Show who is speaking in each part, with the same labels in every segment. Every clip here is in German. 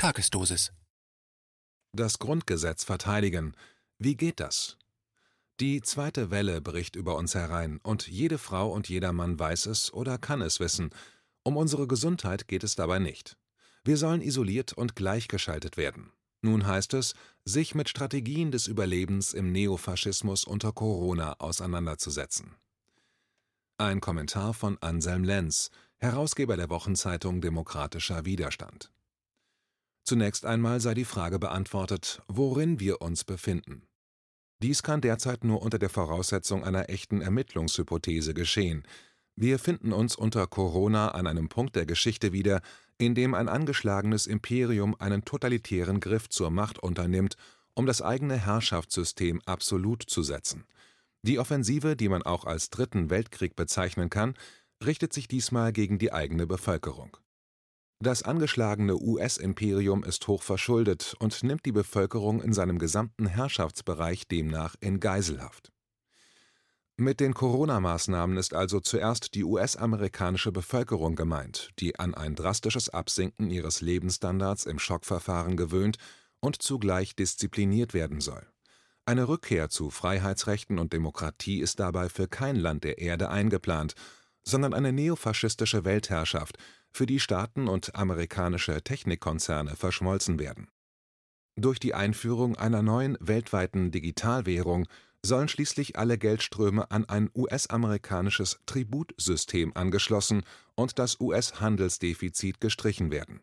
Speaker 1: Tagesdosis.
Speaker 2: Das Grundgesetz verteidigen. Wie geht das? Die zweite Welle bricht über uns herein, und jede Frau und jeder Mann weiß es oder kann es wissen. Um unsere Gesundheit geht es dabei nicht. Wir sollen isoliert und gleichgeschaltet werden. Nun heißt es, sich mit Strategien des Überlebens im Neofaschismus unter Corona auseinanderzusetzen. Ein Kommentar von Anselm Lenz, Herausgeber der Wochenzeitung Demokratischer Widerstand. Zunächst einmal sei die Frage beantwortet, worin wir uns befinden. Dies kann derzeit nur unter der Voraussetzung einer echten Ermittlungshypothese geschehen. Wir finden uns unter Corona an einem Punkt der Geschichte wieder, in dem ein angeschlagenes Imperium einen totalitären Griff zur Macht unternimmt, um das eigene Herrschaftssystem absolut zu setzen. Die Offensive, die man auch als Dritten Weltkrieg bezeichnen kann, richtet sich diesmal gegen die eigene Bevölkerung. Das angeschlagene US-Imperium ist hoch verschuldet und nimmt die Bevölkerung in seinem gesamten Herrschaftsbereich demnach in Geiselhaft. Mit den Corona-Maßnahmen ist also zuerst die US-amerikanische Bevölkerung gemeint, die an ein drastisches Absinken ihres Lebensstandards im Schockverfahren gewöhnt und zugleich diszipliniert werden soll. Eine Rückkehr zu Freiheitsrechten und Demokratie ist dabei für kein Land der Erde eingeplant, sondern eine neofaschistische Weltherrschaft, für die Staaten und amerikanische Technikkonzerne verschmolzen werden. Durch die Einführung einer neuen weltweiten Digitalwährung sollen schließlich alle Geldströme an ein US-amerikanisches Tributsystem angeschlossen und das US-Handelsdefizit gestrichen werden.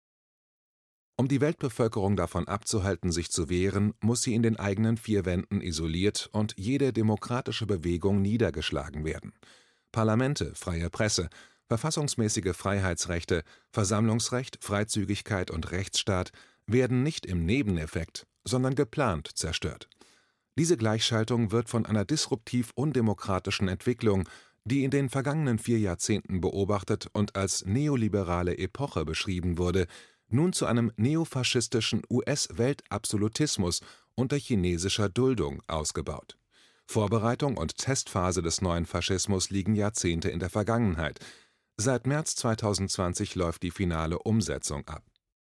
Speaker 2: Um die Weltbevölkerung davon abzuhalten, sich zu wehren, muss sie in den eigenen vier Wänden isoliert und jede demokratische Bewegung niedergeschlagen werden. Parlamente, freie Presse, verfassungsmäßige Freiheitsrechte, Versammlungsrecht, Freizügigkeit und Rechtsstaat werden nicht im Nebeneffekt, sondern geplant zerstört. Diese Gleichschaltung wird von einer disruptiv undemokratischen Entwicklung, die in den vergangenen 4 Jahrzehnten beobachtet und als neoliberale Epoche beschrieben wurde, nun zu einem neofaschistischen US-Weltabsolutismus unter chinesischer Duldung ausgebaut. Vorbereitung und Testphase des neuen Faschismus liegen Jahrzehnte in der Vergangenheit. Seit März 2020 läuft die finale Umsetzung ab.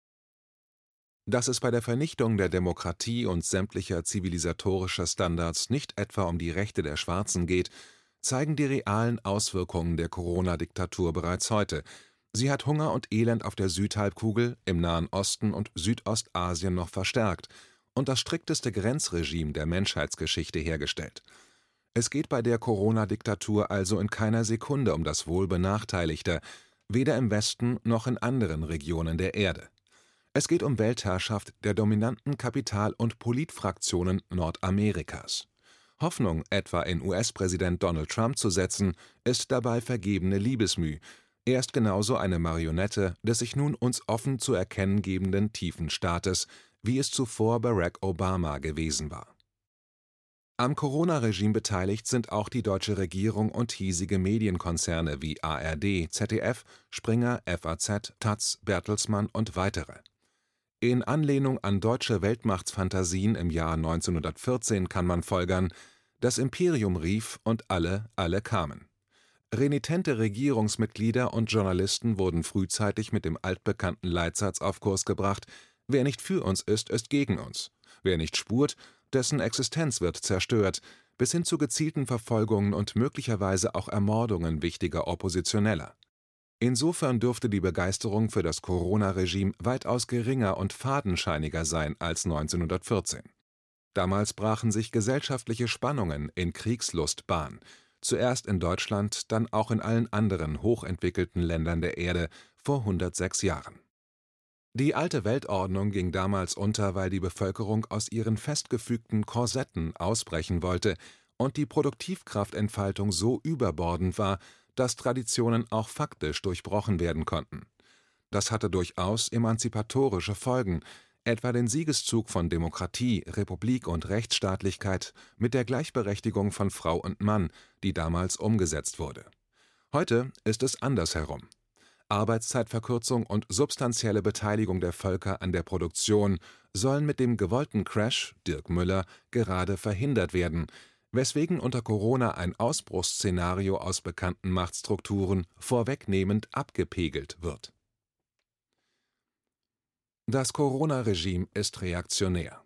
Speaker 2: Dass es bei der Vernichtung der Demokratie und sämtlicher zivilisatorischer Standards nicht etwa um die Rechte der Schwarzen geht, zeigen die realen Auswirkungen der Corona-Diktatur bereits heute. Sie hat Hunger und Elend auf der Südhalbkugel, im Nahen Osten und Südostasien noch verstärkt und das strikteste Grenzregime der Menschheitsgeschichte hergestellt. Es geht bei der Corona-Diktatur also in keiner Sekunde um das Wohl Benachteiligter, weder im Westen noch in anderen Regionen der Erde. Es geht um Weltherrschaft der dominanten Kapital- und Politfraktionen Nordamerikas. Hoffnung, etwa in US-Präsident Donald Trump zu setzen, ist dabei vergebene Liebesmüh. Er ist genauso eine Marionette des sich nun uns offen zu erkennen gebenden tiefen Staates, wie es zuvor Barack Obama gewesen war. Am Corona-Regime beteiligt sind auch die deutsche Regierung und hiesige Medienkonzerne wie ARD, ZDF, Springer, FAZ, taz, Bertelsmann und weitere. In Anlehnung an deutsche Weltmachtsfantasien im Jahr 1914 kann man folgern: Das Imperium rief und alle kamen. Renitente Regierungsmitglieder und Journalisten wurden frühzeitig mit dem altbekannten Leitsatz auf Kurs gebracht: Wer nicht für uns ist gegen uns. Wer nicht spurt, dessen Existenz wird zerstört, bis hin zu gezielten Verfolgungen und möglicherweise auch Ermordungen wichtiger Oppositioneller. Insofern dürfte die Begeisterung für das Corona-Regime weitaus geringer und fadenscheiniger sein als 1914. Damals brachen sich gesellschaftliche Spannungen in Kriegslust Bahn, zuerst in Deutschland, dann auch in allen anderen hochentwickelten Ländern der Erde vor 106 Jahren. Die alte Weltordnung ging damals unter, weil die Bevölkerung aus ihren festgefügten Korsetten ausbrechen wollte und die Produktivkraftentfaltung so überbordend war, dass Traditionen auch faktisch durchbrochen werden konnten. Das hatte durchaus emanzipatorische Folgen, etwa den Siegeszug von Demokratie, Republik und Rechtsstaatlichkeit mit der Gleichberechtigung von Frau und Mann, die damals umgesetzt wurde. Heute ist es andersherum. Arbeitszeitverkürzung und substanzielle Beteiligung der Völker an der Produktion sollen mit dem gewollten Crash, Dirk Müller, gerade verhindert werden, weswegen unter Corona ein Ausbruchsszenario aus bekannten Machtstrukturen vorwegnehmend abgepegelt wird. Das Corona-Regime ist reaktionär.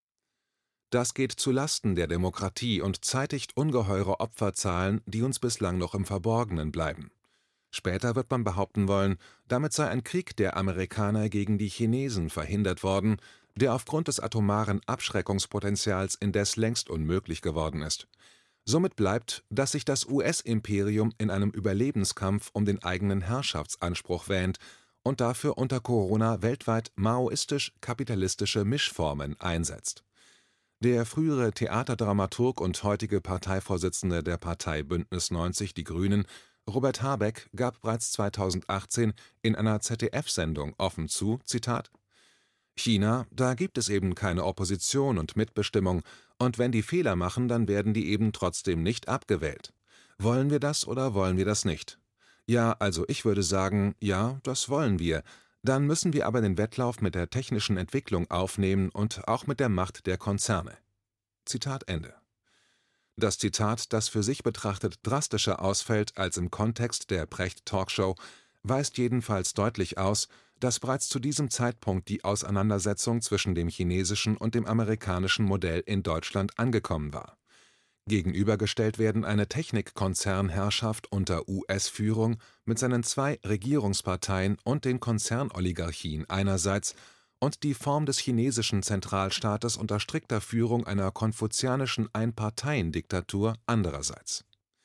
Speaker 2: Das geht zu Lasten der Demokratie und zeitigt ungeheure Opferzahlen, die uns bislang noch im Verborgenen bleiben. Später wird man behaupten wollen, damit sei ein Krieg der Amerikaner gegen die Chinesen verhindert worden, der aufgrund des atomaren Abschreckungspotenzials indes längst unmöglich geworden ist. Somit bleibt, dass sich das US-Imperium in einem Überlebenskampf um den eigenen Herrschaftsanspruch wähnt und dafür unter Corona weltweit maoistisch-kapitalistische Mischformen einsetzt. Der frühere Theaterdramaturg und heutige Parteivorsitzende der Partei Bündnis 90 Die Grünen, Robert Habeck, gab bereits 2018 in einer ZDF-Sendung offen zu, Zitat: China, da gibt es eben keine Opposition und Mitbestimmung, und wenn die Fehler machen, dann werden die eben trotzdem nicht abgewählt. Wollen wir das oder wollen wir das nicht? Ja, also ich würde sagen, ja, das wollen wir. Dann müssen wir aber den Wettlauf mit der technischen Entwicklung aufnehmen und auch mit der Macht der Konzerne. Zitat Ende. Das Zitat, das für sich betrachtet drastischer ausfällt als im Kontext der Precht-Talkshow, weist jedenfalls deutlich aus, dass bereits zu diesem Zeitpunkt die Auseinandersetzung zwischen dem chinesischen und dem amerikanischen Modell in Deutschland angekommen war. Gegenübergestellt werden eine Technikkonzernherrschaft unter US-Führung mit seinen zwei Regierungsparteien und den Konzernoligarchien einerseits und die Form des chinesischen Zentralstaates unter strikter Führung einer konfuzianischen Einparteiendiktatur andererseits.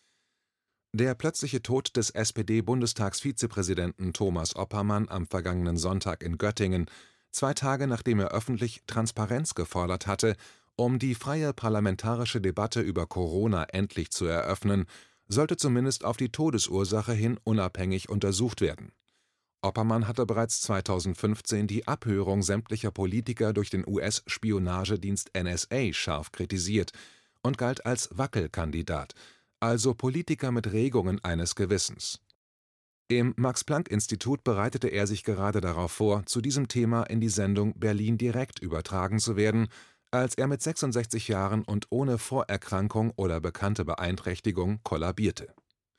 Speaker 2: Der plötzliche Tod des SPD-Bundestagsvizepräsidenten Thomas Oppermann am vergangenen Sonntag in Göttingen, 2 Tage nachdem er öffentlich Transparenz gefordert hatte, um die freie parlamentarische Debatte über Corona endlich zu eröffnen, sollte zumindest auf die Todesursache hin unabhängig untersucht werden. Oppermann hatte bereits 2015 die Abhörung sämtlicher Politiker durch den US-Spionagedienst NSA scharf kritisiert und galt als Wackelkandidat, also Politiker mit Regungen eines Gewissens. Im Max-Planck-Institut bereitete er sich gerade darauf vor, zu diesem Thema in die Sendung Berlin direkt übertragen zu werden, als er mit 66 Jahren und ohne Vorerkrankung oder bekannte Beeinträchtigung kollabierte.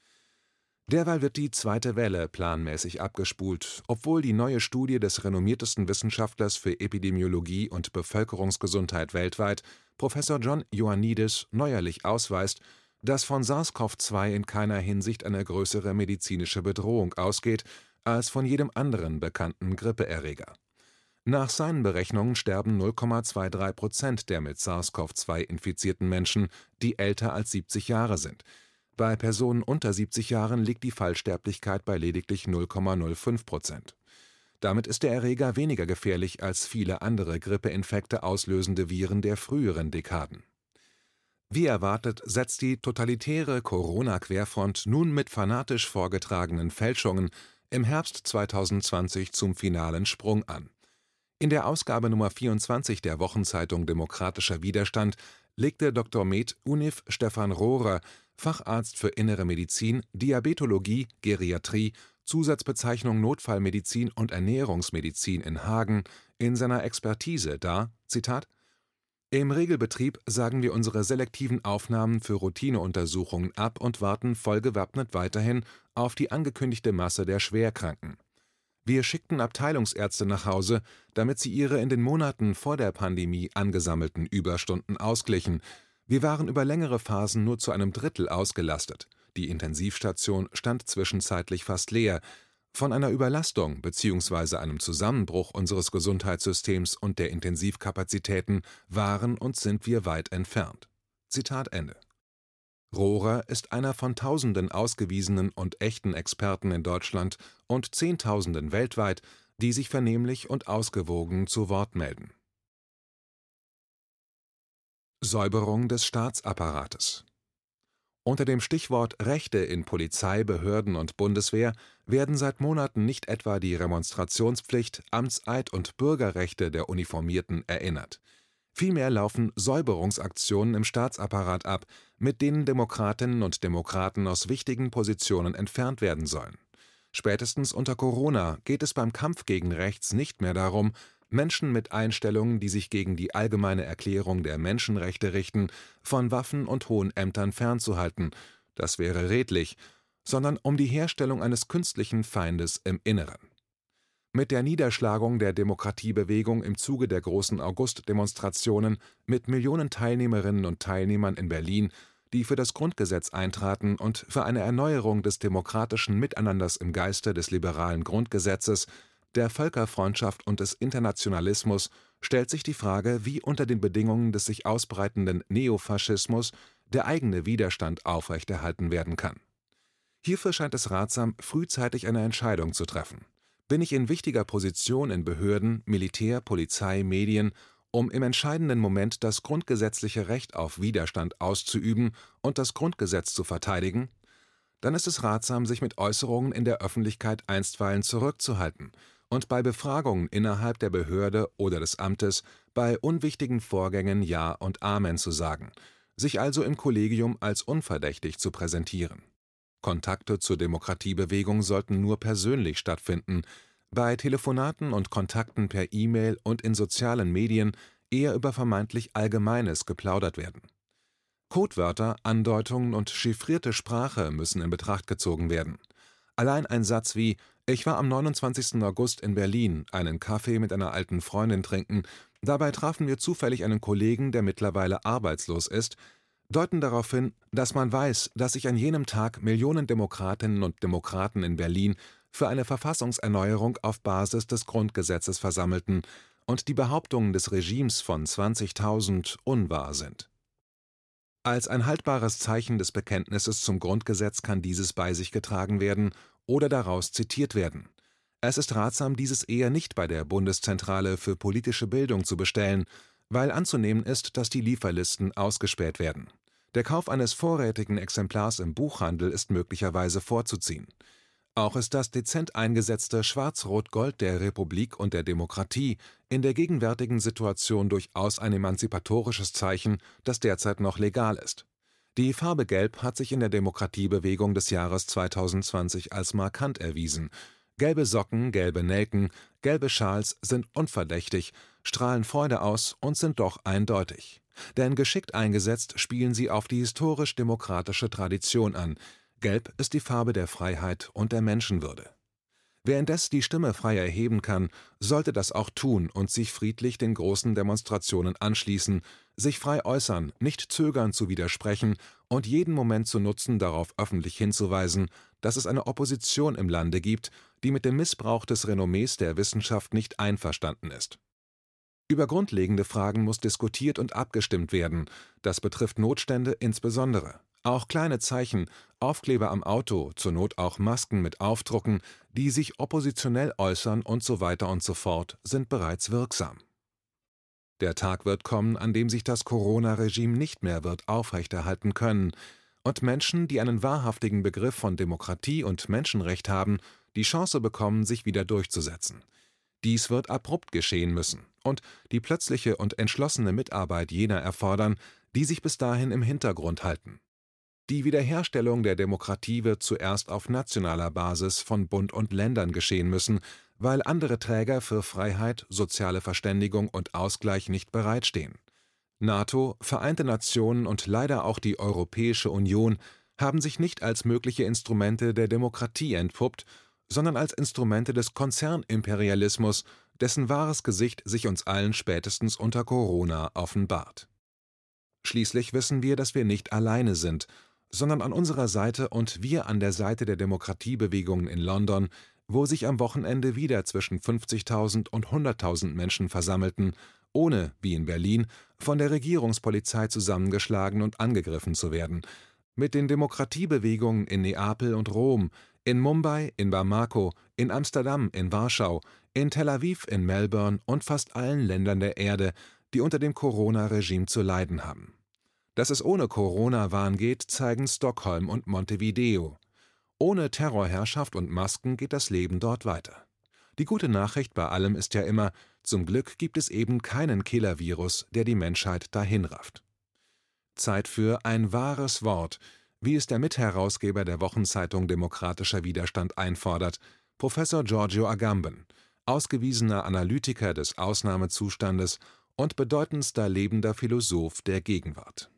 Speaker 2: Derweil wird die zweite Welle planmäßig abgespult, obwohl die neue Studie des renommiertesten Wissenschaftlers für Epidemiologie und Bevölkerungsgesundheit weltweit, Professor John Ioannidis, neuerlich ausweist, dass von SARS-CoV-2 in keiner Hinsicht eine größere medizinische Bedrohung ausgeht als von jedem anderen bekannten Grippeerreger. Nach seinen Berechnungen sterben 0,23% der mit SARS-CoV-2 infizierten Menschen, die älter als 70 Jahre sind. Bei Personen unter 70 Jahren liegt die Fallsterblichkeit bei lediglich 0,05%. Damit ist der Erreger weniger gefährlich als viele andere Grippeinfekte auslösende Viren der früheren Dekaden. Wie erwartet, setzt die totalitäre Corona-Querfront nun mit fanatisch vorgetragenen Fälschungen im Herbst 2020 zum finalen Sprung an. In der Ausgabe Nummer 24 der Wochenzeitung Demokratischer Widerstand legte Dr. med. Univ. Stefan Rohrer, Facharzt für Innere Medizin, Diabetologie, Geriatrie, Zusatzbezeichnung Notfallmedizin und Ernährungsmedizin in Hagen, in seiner Expertise dar, Zitat: Im Regelbetrieb sagen wir unsere selektiven Aufnahmen für Routineuntersuchungen ab und warten vollgewappnet weiterhin auf die angekündigte Masse der Schwerkranken. Wir schickten Abteilungsärzte nach Hause, damit sie ihre in den Monaten vor der Pandemie angesammelten Überstunden ausglichen. Wir waren über längere Phasen nur zu einem Drittel ausgelastet. Die Intensivstation stand zwischenzeitlich fast leer. Von einer Überlastung bzw. einem Zusammenbruch unseres Gesundheitssystems und der Intensivkapazitäten waren und sind wir weit entfernt. Zitat Ende. Rohrer ist einer von Tausenden ausgewiesenen und echten Experten in Deutschland und Zehntausenden weltweit, die sich vernehmlich und ausgewogen zu Wort melden. Säuberung des Staatsapparates. Unter dem Stichwort Rechte in Polizei, Behörden und Bundeswehr werden seit Monaten nicht etwa die Remonstrationspflicht, Amtseid und Bürgerrechte der Uniformierten erinnert. Vielmehr laufen Säuberungsaktionen im Staatsapparat ab, mit denen Demokratinnen und Demokraten aus wichtigen Positionen entfernt werden sollen. Spätestens unter Corona geht es beim Kampf gegen Rechts nicht mehr darum, Menschen mit Einstellungen, die sich gegen die Allgemeine Erklärung der Menschenrechte richten, von Waffen und hohen Ämtern fernzuhalten, das wäre redlich, sondern um die Herstellung eines künstlichen Feindes im Inneren. Mit der Niederschlagung der Demokratiebewegung im Zuge der großen August-Demonstrationen mit Millionen Teilnehmerinnen und Teilnehmern in Berlin, die für das Grundgesetz eintraten und für eine Erneuerung des demokratischen Miteinanders im Geiste des liberalen Grundgesetzes, der Völkerfreundschaft und des Internationalismus, stellt sich die Frage, wie unter den Bedingungen des sich ausbreitenden Neofaschismus der eigene Widerstand aufrechterhalten werden kann. Hierfür scheint es ratsam, frühzeitig eine Entscheidung zu treffen. Bin ich in wichtiger Position in Behörden, Militär, Polizei, Medien, um im entscheidenden Moment das grundgesetzliche Recht auf Widerstand auszuüben und das Grundgesetz zu verteidigen? Dann ist es ratsam, sich mit Äußerungen in der Öffentlichkeit einstweilen zurückzuhalten und bei Befragungen innerhalb der Behörde oder des Amtes bei unwichtigen Vorgängen Ja und Amen zu sagen, sich also im Kollegium als unverdächtig zu präsentieren. Kontakte zur Demokratiebewegung sollten nur persönlich stattfinden, bei Telefonaten und Kontakten per E-Mail und in sozialen Medien eher über vermeintlich Allgemeines geplaudert werden. Codewörter, Andeutungen und chiffrierte Sprache müssen in Betracht gezogen werden. Allein ein Satz wie »Ich war am 29. August in Berlin, einen Kaffee mit einer alten Freundin trinken, dabei trafen wir zufällig einen Kollegen, der mittlerweile arbeitslos ist«, deuten darauf hin, dass man weiß, dass sich an jenem Tag Millionen Demokratinnen und Demokraten in Berlin für eine Verfassungserneuerung auf Basis des Grundgesetzes versammelten und die Behauptungen des Regimes von 20.000 unwahr sind. Als ein haltbares Zeichen des Bekenntnisses zum Grundgesetz kann dieses bei sich getragen werden oder daraus zitiert werden. Es ist ratsam, dieses eher nicht bei der Bundeszentrale für politische Bildung zu bestellen, weil anzunehmen ist, dass die Lieferlisten ausgespäht werden. Der Kauf eines vorrätigen Exemplars im Buchhandel ist möglicherweise vorzuziehen. Auch ist das dezent eingesetzte Schwarz-Rot-Gold der Republik und der Demokratie in der gegenwärtigen Situation durchaus ein emanzipatorisches Zeichen, das derzeit noch legal ist. Die Farbe Gelb hat sich in der Demokratiebewegung des Jahres 2020 als markant erwiesen. Gelbe Socken, gelbe Nelken, gelbe Schals sind unverdächtig, strahlen Freude aus und sind doch eindeutig. Denn geschickt eingesetzt spielen sie auf die historisch-demokratische Tradition an. Gelb ist die Farbe der Freiheit und der Menschenwürde. Wer indes die Stimme frei erheben kann, sollte das auch tun und sich friedlich den großen Demonstrationen anschließen, sich frei äußern, nicht zögern zu widersprechen und jeden Moment zu nutzen, darauf öffentlich hinzuweisen, dass es eine Opposition im Lande gibt, die mit dem Missbrauch des Renommees der Wissenschaft nicht einverstanden ist. Über grundlegende Fragen muss diskutiert und abgestimmt werden, das betrifft Notstände insbesondere. Auch kleine Zeichen, Aufkleber am Auto, zur Not auch Masken mit Aufdrucken, die sich oppositionell äußern und so weiter und so fort, sind bereits wirksam. Der Tag wird kommen, an dem sich das Corona-Regime nicht mehr wird aufrechterhalten können und Menschen, die einen wahrhaftigen Begriff von Demokratie und Menschenrecht haben, die Chance bekommen, sich wieder durchzusetzen. Dies wird abrupt geschehen müssen und die plötzliche und entschlossene Mitarbeit jener erfordern, die sich bis dahin im Hintergrund halten. Die Wiederherstellung der Demokratie wird zuerst auf nationaler Basis von Bund und Ländern geschehen müssen, weil andere Träger für Freiheit, soziale Verständigung und Ausgleich nicht bereitstehen. NATO, Vereinte Nationen und leider auch die Europäische Union haben sich nicht als mögliche Instrumente der Demokratie entpuppt, sondern als Instrumente des Konzernimperialismus, dessen wahres Gesicht sich uns allen spätestens unter Corona offenbart. Schließlich wissen wir, dass wir nicht alleine sind, sondern an unserer Seite und wir an der Seite der Demokratiebewegungen in London, wo sich am Wochenende wieder zwischen 50.000 und 100.000 Menschen versammelten, ohne, wie in Berlin, von der Regierungspolizei zusammengeschlagen und angegriffen zu werden, mit den Demokratiebewegungen in Neapel und Rom, in Mumbai, in Bamako, in Amsterdam, in Warschau, in Tel Aviv, in Melbourne und fast allen Ländern der Erde, die unter dem Corona-Regime zu leiden haben. Dass es ohne Corona-Wahn geht, zeigen Stockholm und Montevideo. Ohne Terrorherrschaft und Masken geht das Leben dort weiter. Die gute Nachricht bei allem ist ja immer, zum Glück gibt es eben keinen Killer-Virus, der die Menschheit dahinrafft. Zeit für ein wahres Wort, wie es der Mitherausgeber der Wochenzeitung Demokratischer Widerstand einfordert, Professor Giorgio Agamben, ausgewiesener Analytiker des Ausnahmezustandes und bedeutendster lebender Philosoph der Gegenwart.